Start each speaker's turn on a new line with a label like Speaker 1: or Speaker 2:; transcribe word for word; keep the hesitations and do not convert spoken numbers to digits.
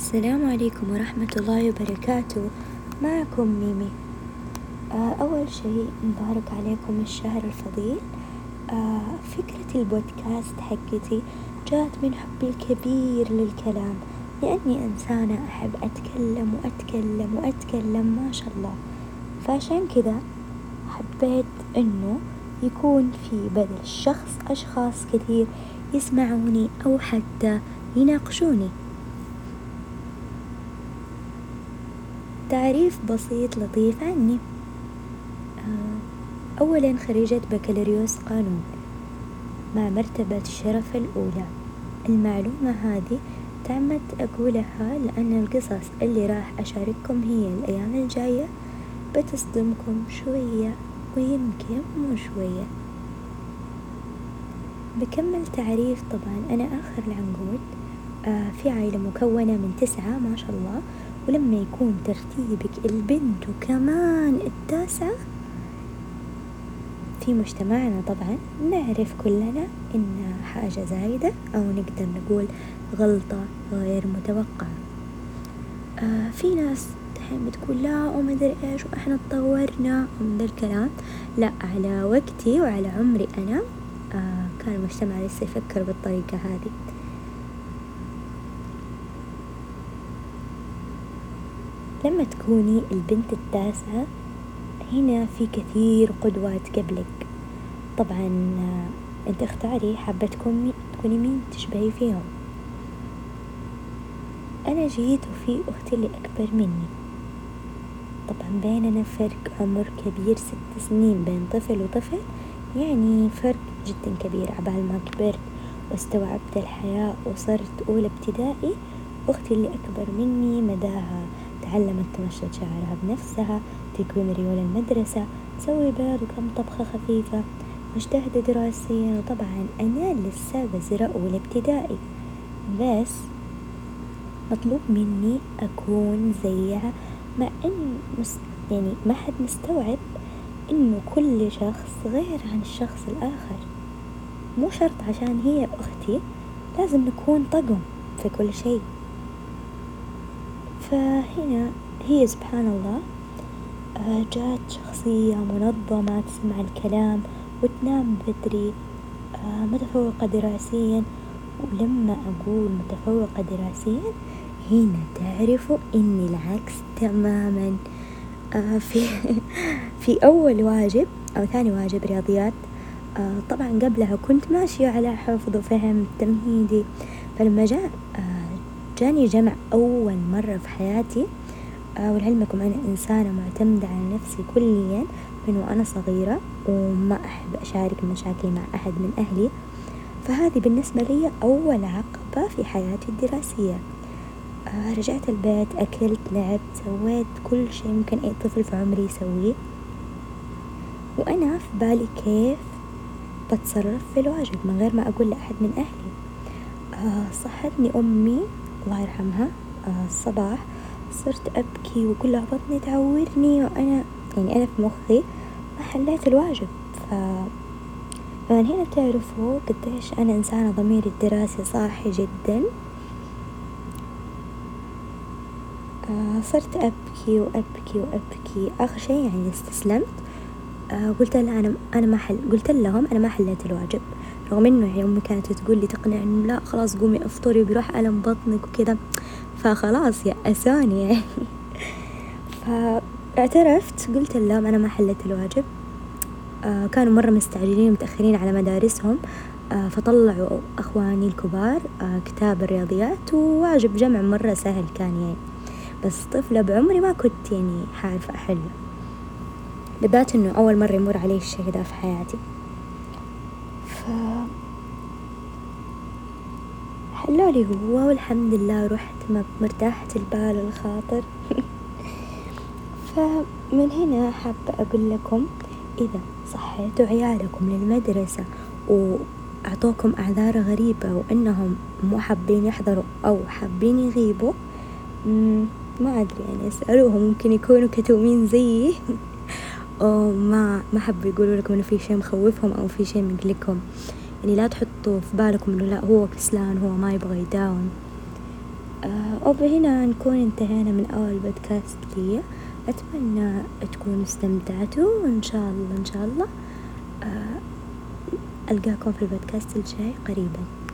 Speaker 1: السلام عليكم ورحمة الله وبركاته. معكم ميمي. آه أول شيء مبارك عليكم الشهر الفضيل. آه فكرة البودكاست حقتي جات من حبي الكبير للكلام، لأني إنسانة أحب أتكلم وأتكلم وأتكلم ما شاء الله، فعشان كذا حبيت إنه يكون في بدل الشخص أشخاص كثير يسمعوني أو حتى يناقشوني. تعريف بسيط لطيف عني. أولا خريجة بكالوريوس قانون مع مرتبة الشرف الأولى. المعلومة هذه تعمد أقولها لأن القصص اللي راح أشارككم هي الأيام الجاية بتصدمكم شوية ويمكن مو شوية. بكمل تعريف. طبعا أنا آخر العنقود آه في عائلة مكونة من تسعة ما شاء الله، ولما يكون ترتيبك البنت وكمان التاسعة في مجتمعنا طبعا نعرف كلنا إن حاجة زايدة أو نقدر نقول غلطة غير متوقعة. آه في ناس دحين بتقول لا وما أدري إيش وإحنا تطورنا ومن ذا الكلام. لا، على وقتي وعلى عمري أنا آه كان المجتمع لسه يفكر بالطريقة هذه. لما تكوني البنت التاسعة هنا في كثير قدوات قبلك. طبعا انت اختاري حابة تكوني تكوني مين تشبهي فيهم. انا جيت وفي اختي اللي اكبر مني، طبعا بيننا فرق عمر كبير ست سنين بين طفل وطفل، يعني فرق جدا كبير. عبال ما كبرت واستوعبت الحياة وصرت اولى ابتدائي، اختي اللي اكبر مني مداها تعلمت تمشط شعرها بنفسها، تكوين ريول المدرسة، تسوي بيض وكم طبخة خفيفة، مجتهدة دراسيا. وطبعا أنا لسه بزرع أولى ابتدائي، بس مطلوب مني أكون زيها، مع إن مس يعني ما حد مستوعب إنه كل شخص غير عن الشخص الآخر. مو شرط عشان هي أختي لازم نكون طقم في كل شيء. فهنا هي سبحان الله جات شخصية منظمة تسمع الكلام وتنام بدري، متفوقة دراسيا. ولما أقول متفوقة دراسيا هنا تعرفوا إني العكس تماما. في في أول واجب أو ثاني واجب رياضيات، طبعا قبلها كنت ماشية على حفظ وفهم تمهيدي، فلما جاء جاني جمع أول مرة في حياتي. آه ولعلمكم أنا إنسانة معتمدة على نفسي كليا من وأنا صغيرة، وما أحب أشارك مشاكلي مع أحد من أهلي، فهذه بالنسبة لي أول عقبة في حياتي الدراسية. آه رجعت البيت، أكلت، لعبت، سويت كل شيء ممكن أي طفل في عمري يسويه، وأنا في بالي كيف بتصرف في الواجب من غير ما أقول لأحد من أهلي. آه صحتني أمي الله يرحمها آه الصباح، صرت أبكي وكلها بطني تعورني، وأنا يعني أنا في مخي ما حليت الواجب. ف... فمن هنا تعرفوا قديش أنا إنسانة ضميري الدراسي صاحي جدا. آه صرت أبكي وأبكي وأبكي. آخر شيء يعني استسلمت. آه قلت لها أنا أنا ما حل قلت لهم أنا ما حليت الواجب، رغم إنه يعني أمي كانت تقول لي تقنع إنه لا خلاص قومي افطري بيروح ألم بطنك وكذا، فخلاص يأسوني يعني. فاعترفت قلت لهم أنا ما حليت الواجب. آه كانوا مرة مستعجلين متأخرين على مدارسهم، آه فطلعوا أخواني الكبار آه كتاب الرياضيات وواجب جمع مرة سهل كان يعني، بس طفلة بعمري ما كنت يعني حارفة أحله، بالذات إنه أول مرة يمر علي الشيء ده في حياتي. ف حلولي هو والحمد لله رحت مرتاحة البال والخاطر. فمن هنا حابة أقول لكم إذا صحيتوا عيالكم للمدرسة وأعطوكم أعذار غريبة وإنهم مو حابين يحضروا أو حابين يغيبوا، ما أدري يعني اسألوهم، ممكن يكونوا كتومين زيي أو ما ما حبوا يقولوا لكم إنه في شيء مخوفهم أو في شيء مقلقهم. يعني لا تحطوا في بالكم إنه لا هو كسلان هو ما يبغى يداوم. آه وبهنا نكون انتهينا من أول بودكاست لي. أتمنى تكونوا استمتعتوا، وإن شاء الله إن شاء الله آه ألقاكم في البودكاست الجاي قريبا.